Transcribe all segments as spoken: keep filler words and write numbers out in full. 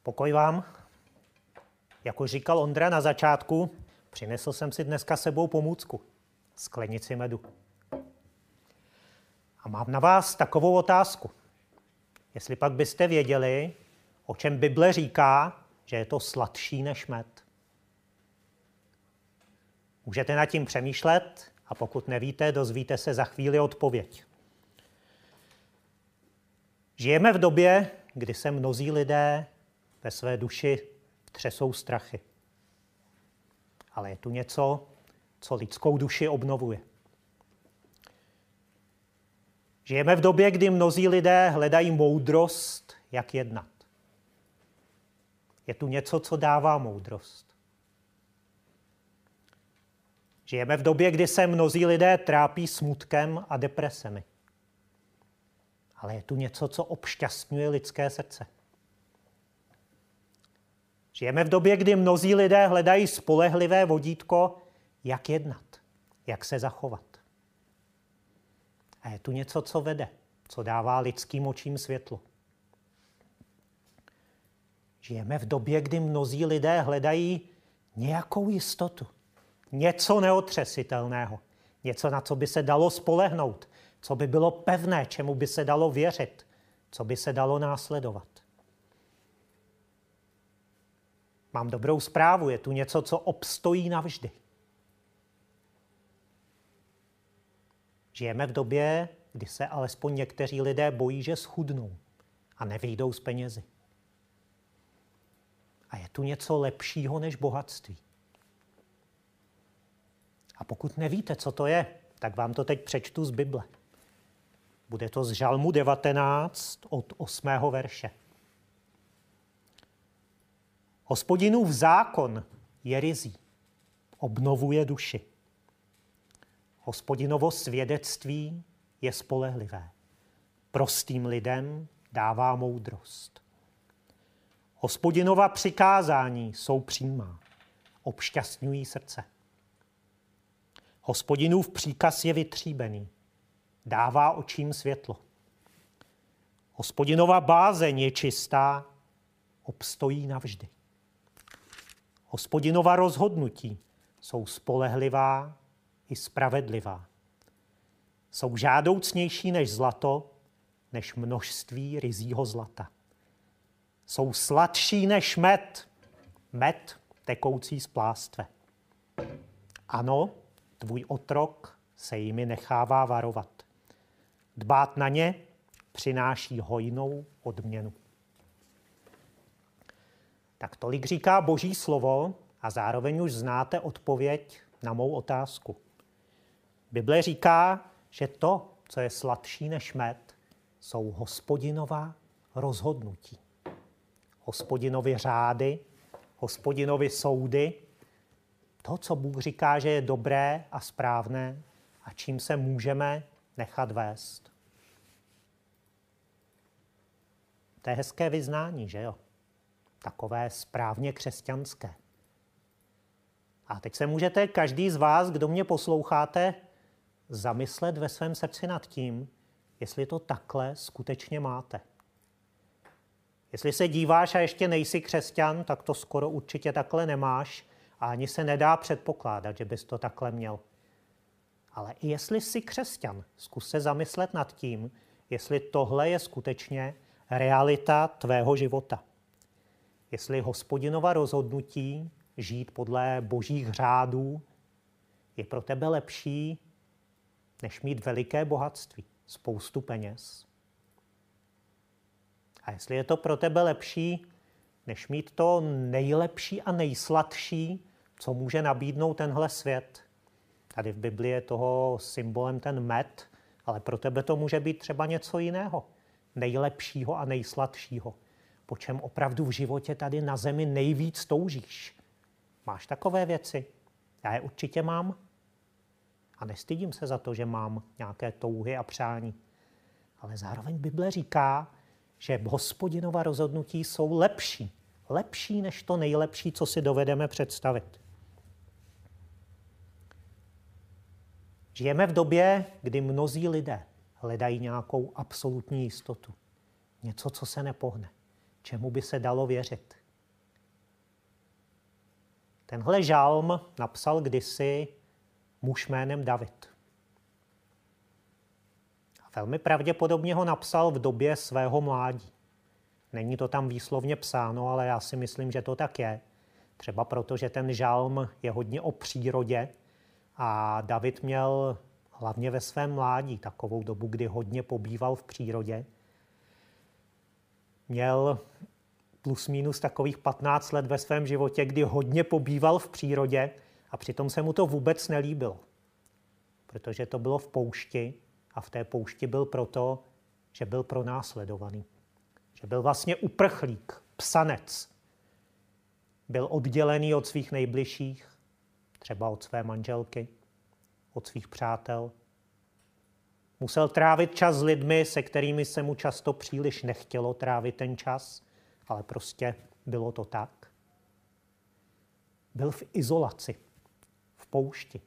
Pokoj vám. Jako říkal Ondra na začátku, přinesl jsem si dneska sebou pomůcku. Sklenici medu. A mám na vás takovou otázku. Jestli pak byste věděli, o čem Bible říká, že je to sladší než med. Můžete nad tím přemýšlet a pokud nevíte, dozvíte se za chvíli odpověď. Žijeme v době, kdy se mnozí lidé ve své duši třesou strachy. Ale je tu něco, co lidskou duši obnovuje. Žijeme v době, kdy mnozí lidé hledají moudrost, jak jednat. Je tu něco, co dává moudrost. Žijeme v době, kdy se mnozí lidé trápí smutkem a depresemi. Ale je tu něco, co obšťastňuje lidské srdce. Žijeme v době, kdy mnozí lidé hledají spolehlivé vodítko, jak jednat, jak se zachovat. A je tu něco, co vede, co dává lidským očím světlo. Žijeme v době, kdy mnozí lidé hledají nějakou jistotu, něco neotřesitelného, něco, na co by se dalo spolehnout, co by bylo pevné, čemu by se dalo věřit, co by se dalo následovat. Mám dobrou zprávu, je tu něco, co obstojí navždy. Žijeme v době, kdy se alespoň někteří lidé bojí, že schudnou a nevyjdou z penězi. A je tu něco lepšího než bohatství. A pokud nevíte, co to je, tak vám to teď přečtu z Bible. Bude to z Žalmu devatenáct od osmého verše. Hospodinův zákon je ryzí, obnovuje duši. Hospodinovo svědectví je spolehlivé. Prostým lidem dává moudrost. Hospodinova přikázání jsou přímá, obšťastňují srdce. Hospodinův příkaz je vytříbený, dává očím světlo. Hospodinova bázeň je čistá, obstojí navždy. Hospodinova rozhodnutí jsou spolehlivá i spravedlivá. Jsou žádoucnější než zlato, než množství ryzího zlata. Jsou sladší než med, med tekoucí z plástve. Ano, tvůj otrok se jimi nechává varovat. Dbát na ně přináší hojnou odměnu. Tak tolik říká Boží slovo a zároveň už znáte odpověď na mou otázku. Bible říká, že to, co je sladší než med, jsou Hospodinova rozhodnutí. Hospodinovi řády, Hospodinovi soudy, to, co Bůh říká, že je dobré a správné a čím se můžeme nechat vést. To je hezké vyznání, že jo? Takové správně křesťanské. A teď se můžete každý z vás, kdo mě posloucháte, zamyslet ve svém srdci nad tím, jestli to takhle skutečně máte. Jestli se díváš a ještě nejsi křesťan, tak to skoro určitě takhle nemáš a ani se nedá předpokládat, že bys to takhle měl. Ale i jestli jsi křesťan, zkus se zamyslet nad tím, jestli tohle je skutečně realita tvého života. Jestli Hospodinova rozhodnutí žít podle božích řádů je pro tebe lepší, než mít veliké bohatství, spoustu peněz. A jestli je to pro tebe lepší, než mít to nejlepší a nejsladší, co může nabídnout tenhle svět. Tady v Biblii je toho symbolem ten med, ale pro tebe to může být třeba něco jiného. Nejlepšího a nejsladšího. Po čem opravdu v životě tady na zemi nejvíc toužíš. Máš takové věci? Já je určitě mám. A nestydím se za to, že mám nějaké touhy a přání. Ale zároveň Bible říká, že Hospodinova rozhodnutí jsou lepší. Lepší než to nejlepší, co si dovedeme představit. Žijeme v době, kdy mnozí lidé hledají nějakou absolutní jistotu. Něco, co se nepohne. čemu by se dalo věřit. Tenhle žalm napsal kdysi muž jménem David. A velmi pravděpodobně ho napsal v době svého mládí. Není to tam výslovně psáno, ale já si myslím, že to tak je. Třeba proto, že ten žalm je hodně o přírodě a David měl hlavně ve svém mládí takovou dobu, kdy hodně pobýval v přírodě. Měl plus minus takových patnáct let ve svém životě, kdy hodně pobýval v přírodě a přitom se mu to vůbec nelíbilo. Protože to bylo v poušti a v té poušti byl proto, že byl pronásledovaný. Že byl vlastně uprchlík, psanec. Byl oddělený od svých nejbližších, třeba od své manželky, od svých přátel. Musel trávit čas s lidmi, se kterými se mu často příliš nechtělo trávit ten čas, ale prostě bylo to tak. Byl v izolaci, v poušti.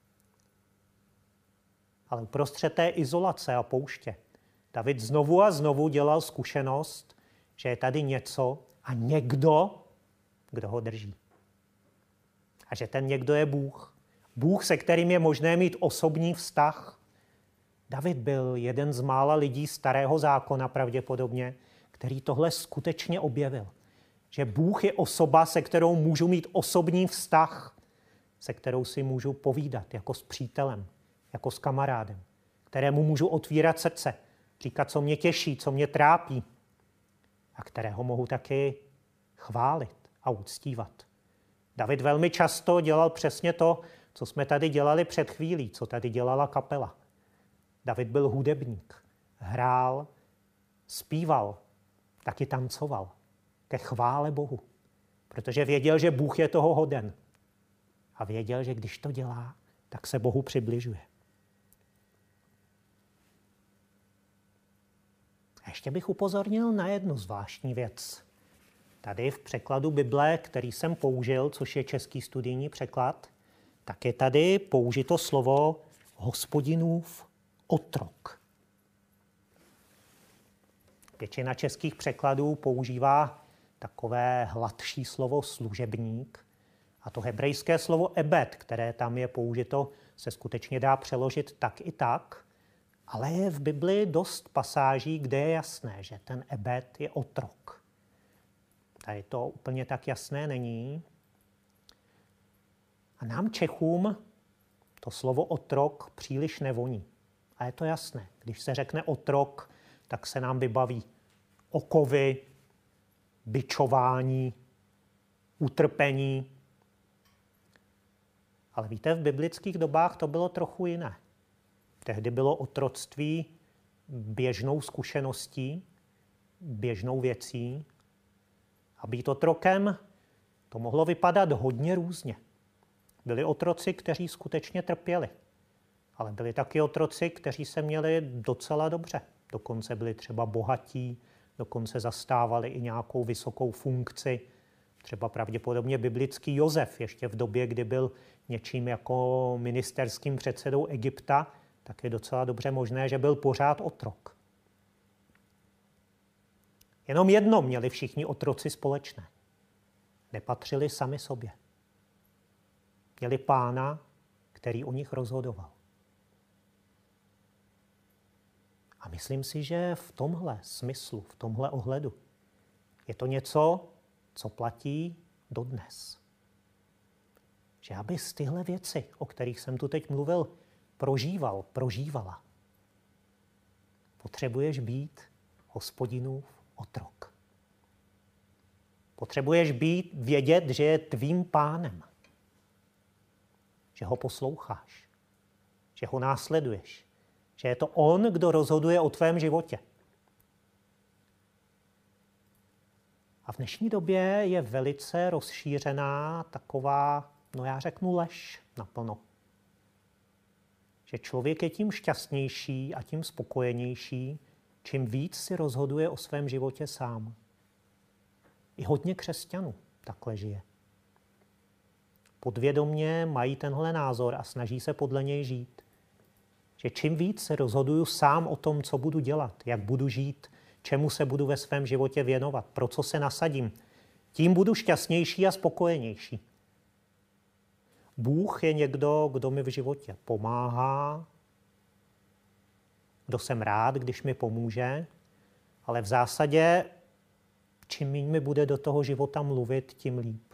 Ale uprostřed té izolace a pouště David znovu a znovu dělal zkušenost, že je tady něco a někdo, kdo ho drží. A že ten někdo je Bůh. Bůh, se kterým je možné mít osobní vztah. David byl jeden z mála lidí starého zákona pravděpodobně, který tohle skutečně objevil. Že Bůh je osoba, se kterou můžu mít osobní vztah, se kterou si můžu povídat jako s přítelem, jako s kamarádem, kterému můžu otvírat srdce, říkat, co mě těší, co mě trápí a kterého mohu taky chválit a uctívat. David velmi často dělal přesně to, co jsme tady dělali před chvílí, co tady dělala kapela. David byl hudebník, hrál, zpíval, taky tancoval ke chvále Bohu, protože věděl, že Bůh je toho hoden. A věděl, že když to dělá, tak se Bohu přibližuje. A ještě bych upozornil na jednu zvláštní věc. Tady v překladu Bible, který jsem použil, což je český studijní překlad, tak je tady použito slovo Hospodinův otrok. Většina českých překladů používá takové hladší slovo služebník. A to hebrejské slovo ebed, které tam je použito, se skutečně dá přeložit tak i tak, ale je v Bibli dost pasáží, kde je jasné, že ten ebed je otrok. Tady to úplně tak jasné není. A nám Čechům to slovo otrok příliš nevoní. A je to jasné. Když se řekne otrok, tak se nám vybaví okovy, bičování, utrpení. Ale víte, v biblických dobách to bylo trochu jiné. Tehdy bylo otroctví běžnou zkušeností, běžnou věcí. A být otrokem, to mohlo vypadat hodně různě. Byli otroci, kteří skutečně trpěli. Ale byli taky otroci, kteří se měli docela dobře. Dokonce byli třeba bohatí, dokonce zastávali i nějakou vysokou funkci. Třeba pravděpodobně biblický Josef, ještě v době, kdy byl něčím jako ministerským předsedou Egypta, tak je docela dobře možné, že byl pořád otrok. Jenom jedno měli všichni otroci společné. Nepatřili sami sobě. Měli pána, který o nich rozhodoval. A myslím si, že v tomhle smyslu, v tomhle ohledu je to něco, co platí dodnes. Že abys tyhle věci, o kterých jsem tu teď mluvil, prožíval, prožívala, potřebuješ být Hospodinův otrok. Potřebuješ být, vědět, že je tvým pánem. Že ho posloucháš. Že ho následuješ. Že je to on, kdo rozhoduje o tvém životě. A v dnešní době je velice rozšířená taková, no já řeknu lež naplno. Že člověk je tím šťastnější a tím spokojenější, čím víc si rozhoduje o svém životě sám. I hodně křesťanů takhle žije. Podvědomě mají tenhle názor a snaží se podle něj žít. Že čím víc se rozhoduju sám o tom, co budu dělat, jak budu žít, čemu se budu ve svém životě věnovat, pro co se nasadím, tím budu šťastnější a spokojenější. Bůh je někdo, kdo mi v životě pomáhá, kdo jsem rád, když mi pomůže, ale v zásadě, čím méně mi bude do toho života mluvit, tím líp.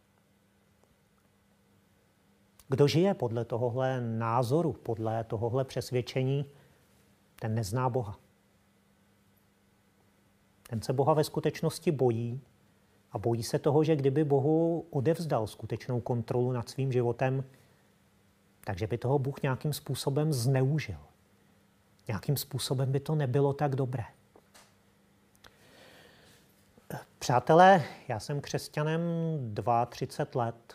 Kdo žije podle tohohle názoru, podle tohohle přesvědčení, ten nezná Boha. Ten se Boha ve skutečnosti bojí a bojí se toho, že kdyby Bohu odevzdal skutečnou kontrolu nad svým životem, takže by toho Bůh nějakým způsobem zneužil. Nějakým způsobem by to nebylo tak dobré. Přátelé, já jsem křesťanem třicet dva let.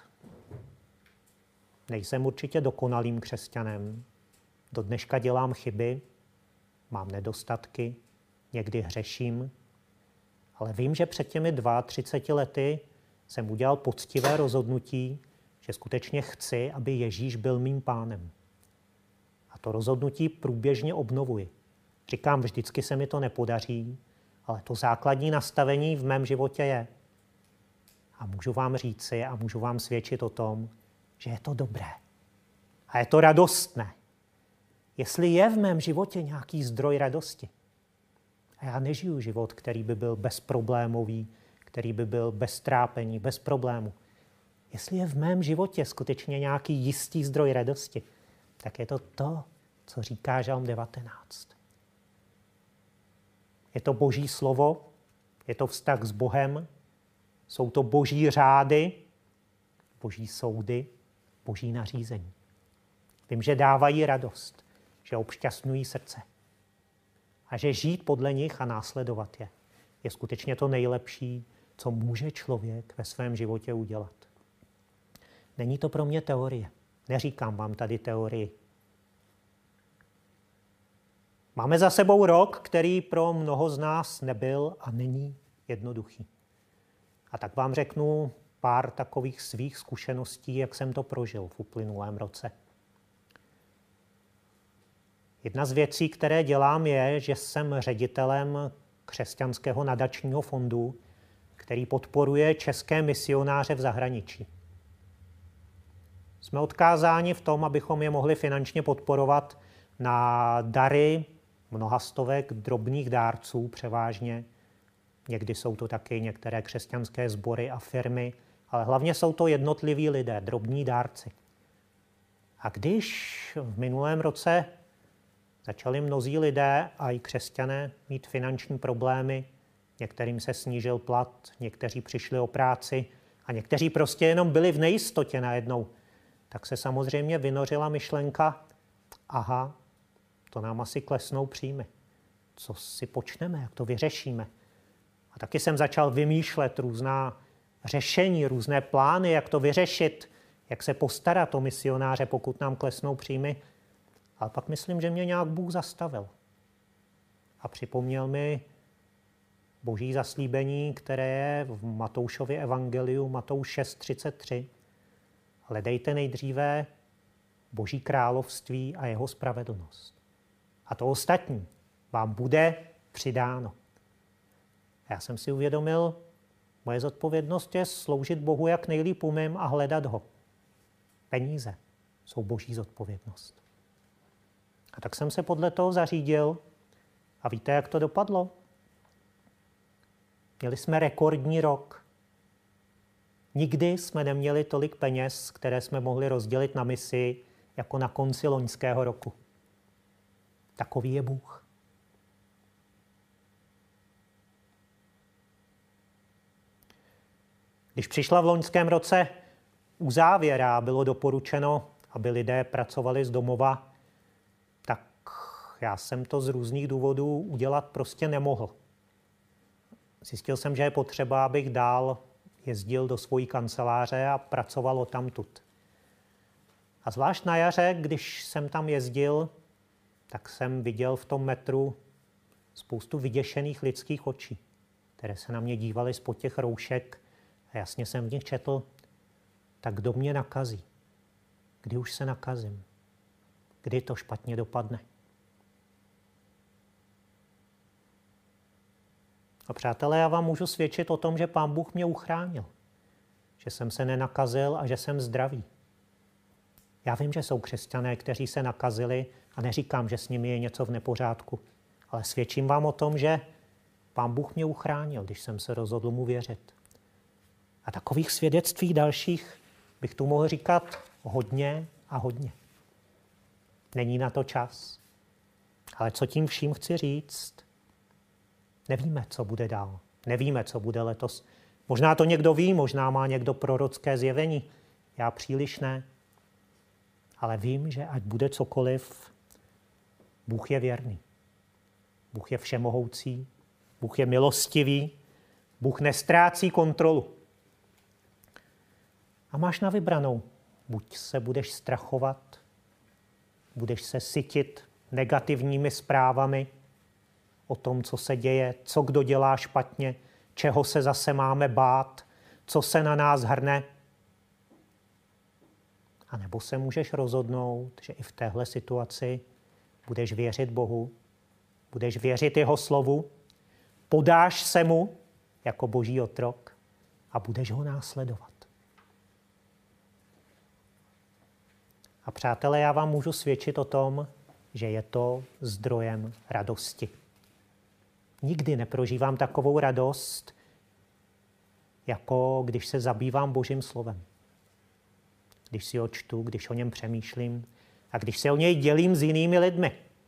Nejsem určitě dokonalým křesťanem. Do dneška dělám chyby, mám nedostatky, někdy hřeším, ale vím, že před těmi třiceti dvěma lety jsem udělal poctivé rozhodnutí, že skutečně chci, aby Ježíš byl mým pánem. A to rozhodnutí průběžně obnovuji. Říkám, vždycky se mi to nepodaří, ale to základní nastavení v mém životě je. A můžu vám říci a můžu vám svědčit o tom, že je to dobré. A je to radostné. Jestli je v mém životě nějaký zdroj radosti, a já nežiju život, který by byl bezproblémový, který by byl bez trápení, bez problému. Jestli je v mém životě skutečně nějaký jistý zdroj radosti, tak je to to, co říká Žalm devatenáct. Je to Boží slovo, je to vztah s Bohem, jsou to Boží řády, Boží soudy, Boží nařízení. Vím, že dávají radost, že obšťastňují srdce. A že žít podle nich a následovat je, je skutečně to nejlepší, co může člověk ve svém životě udělat. Není to pro mě teorie. Neříkám vám tady teorii. Máme za sebou rok, který pro mnoho z nás nebyl a není jednoduchý. A tak vám řeknu pár takových svých zkušeností, jak jsem to prožil v uplynulém roce. Jedna z věcí, které dělám, je, že jsem ředitelem křesťanského nadačního fondu, který podporuje české misionáře v zahraničí. Jsme odkázáni v tom, abychom je mohli finančně podporovat na dary mnoha stovek drobných dárců převážně. Někdy jsou to taky některé křesťanské sbory a firmy, ale hlavně jsou to jednotliví lidé, drobní dárci. A když v minulém roce začali mnozí lidé a i křesťané mít finanční problémy, některým se snížil plat, někteří přišli o práci a někteří prostě jenom byli v nejistotě najednou, tak se samozřejmě vynořila myšlenka, aha, to nám asi klesnou příjmy. Co si počneme, jak to vyřešíme? A taky jsem začal vymýšlet různá řešení, různé plány, jak to vyřešit, jak se postarat o misionáře, pokud nám klesnou příjmy. Ale pak myslím, že mě nějak Bůh zastavil. A připomněl mi Boží zaslíbení, které je v Matoušově evangeliu, Matouš šest třicet tři. Hledejte nejdříve Boží království a jeho spravedlnost. A to ostatní vám bude přidáno. Já jsem si uvědomil, moje zodpovědnost je sloužit Bohu, jak nejlíp umím a hledat ho. Peníze jsou Boží zodpovědnost. A tak jsem se podle toho zařídil a víte, jak to dopadlo? Měli jsme rekordní rok. Nikdy jsme neměli tolik peněz, které jsme mohli rozdělit na misi, jako na konci loňského roku. Takový je Bůh. Když přišla v loňském roce uzávěra a bylo doporučeno, aby lidé pracovali z domova, tak já jsem to z různých důvodů udělat prostě nemohl. Zjistil jsem, že je potřeba, abych dál jezdil do svojí kanceláře a pracoval odtamtud. A zvlášť na jaře, když jsem tam jezdil, tak jsem viděl v tom metru spoustu vyděšených lidských očí, které se na mě dívaly spod těch roušek a jasně jsem v nich četl, tak kdo mě nakazí? Kdy už se nakazím? Kdy to špatně dopadne? A přátelé, já vám můžu svědčit o tom, že Pán Bůh mě uchránil. Že jsem se nenakazil a že jsem zdravý. Já vím, že jsou křesťané, kteří se nakazili a neříkám, že s nimi je něco v nepořádku, ale svědčím vám o tom, že Pán Bůh mě uchránil, když jsem se rozhodl mu věřit. A takových svědectví dalších bych tu mohl říkat hodně a hodně. Není na to čas. Ale co tím vším chci říct? Nevíme, co bude dál. Nevíme, co bude letos. Možná to někdo ví, možná má někdo prorocké zjevení. Já příliš ne. Ale vím, že ať bude cokoliv, Bůh je věrný. Bůh je všemohoucí, Bůh je milostivý, Bůh nestrácí kontrolu. A máš na vybranou. Buď se budeš strachovat, budeš se sytit negativními zprávami o tom, co se děje, co kdo dělá špatně, čeho se zase máme bát, co se na nás hrne. A nebo se můžeš rozhodnout, že i v téhle situaci budeš věřit Bohu, budeš věřit jeho slovu, podáš se mu jako boží otrok a budeš ho následovat. A přátelé, já vám můžu svědčit o tom, že je to zdrojem radosti. Nikdy neprožívám takovou radost, jako když se zabývám Božím slovem. Když si ho čtu, když o něm přemýšlím a když se o něj dělím s jinými lidmi.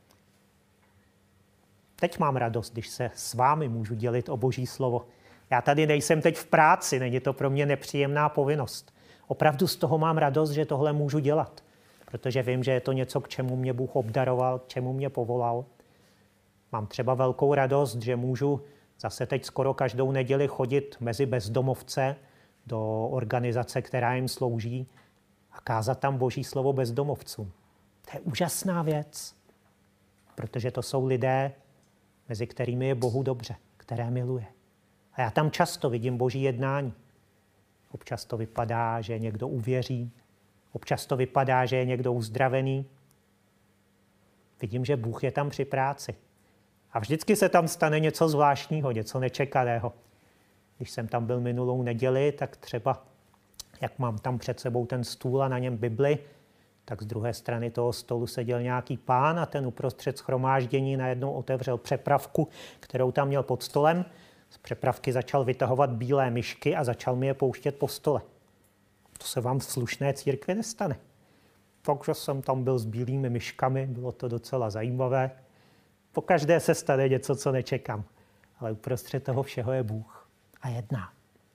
Teď mám radost, když se s vámi můžu dělit o Boží slovo. Já tady nejsem teď v práci, není to pro mě nepříjemná povinnost. Opravdu z toho mám radost, že tohle můžu dělat, protože vím, že je to něco, k čemu mě Bůh obdaroval, k čemu mě povolal. Mám třeba velkou radost, že můžu zase teď skoro každou neděli chodit mezi bezdomovce do organizace, která jim slouží a kázat tam Boží slovo bezdomovcům. To je úžasná věc, protože to jsou lidé, mezi kterými je Bohu dobře, které miluje. A já tam často vidím Boží jednání. Občas to vypadá, že někdo uvěří, občas to vypadá, že je někdo uzdravený. Vidím, že Bůh je tam při práci. A vždycky se tam stane něco zvláštního, něco nečekaného. Když jsem tam byl minulou neděli, tak třeba, jak mám tam před sebou ten stůl a na něm Bibli, tak z druhé strany toho stolu seděl nějaký pán a ten uprostřed shromáždění najednou otevřel přepravku, kterou tam měl pod stolem. Z přepravky začal vytahovat bílé myšky a začal mi je pouštět po stole. To se vám v slušné církvi nestane. Takže jsem tam byl s bílými myškami, bylo to docela zajímavé. Pokaždé se stane něco, co nečekám. Ale uprostřed toho všeho je Bůh a jedná.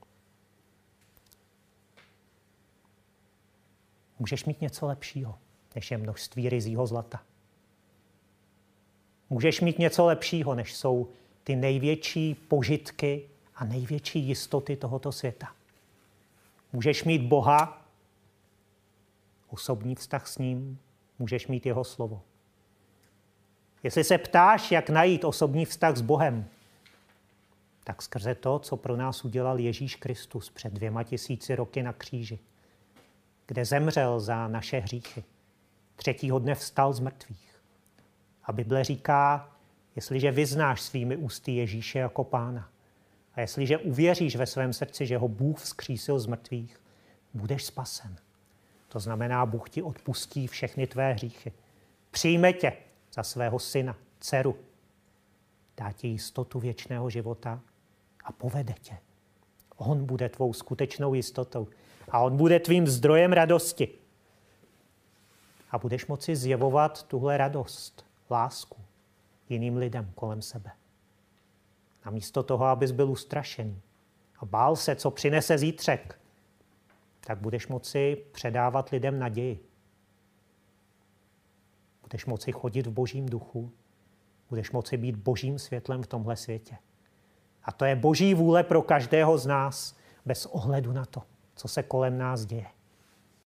Můžeš mít něco lepšího, než je množství ryzího zlata. Můžeš mít něco lepšího, než jsou ty největší požitky a největší jistoty tohoto světa. Můžeš mít Boha, osobní vztah s ním, můžeš mít jeho slovo. Jestli se ptáš, jak najít osobní vztah s Bohem, tak skrze to, co pro nás udělal Ježíš Kristus před dvěma tisíci roky na kříži, kde zemřel za naše hříchy. Třetího dne vstal z mrtvých. A Bible říká, jestliže vyznáš svými ústy Ježíše jako pána a jestliže uvěříš ve svém srdci, že ho Bůh vzkřísil z mrtvých, budeš spasen. To znamená, Bůh ti odpustí všechny tvé hříchy. Přijme tě za svého syna, dceru. Dá ti jistotu věčného života a povede tě. On bude tvou skutečnou jistotou a on bude tvým zdrojem radosti. A budeš moci zjevovat tuhle radost, lásku jiným lidem kolem sebe. Namísto toho, abys byl ustrašený a bál se, co přinese zítřek, tak budeš moci předávat lidem naději. Budeš moci chodit v Božím duchu, budeš moci být Božím světlem v tomhle světě. A to je Boží vůle pro každého z nás, bez ohledu na to, co se kolem nás děje.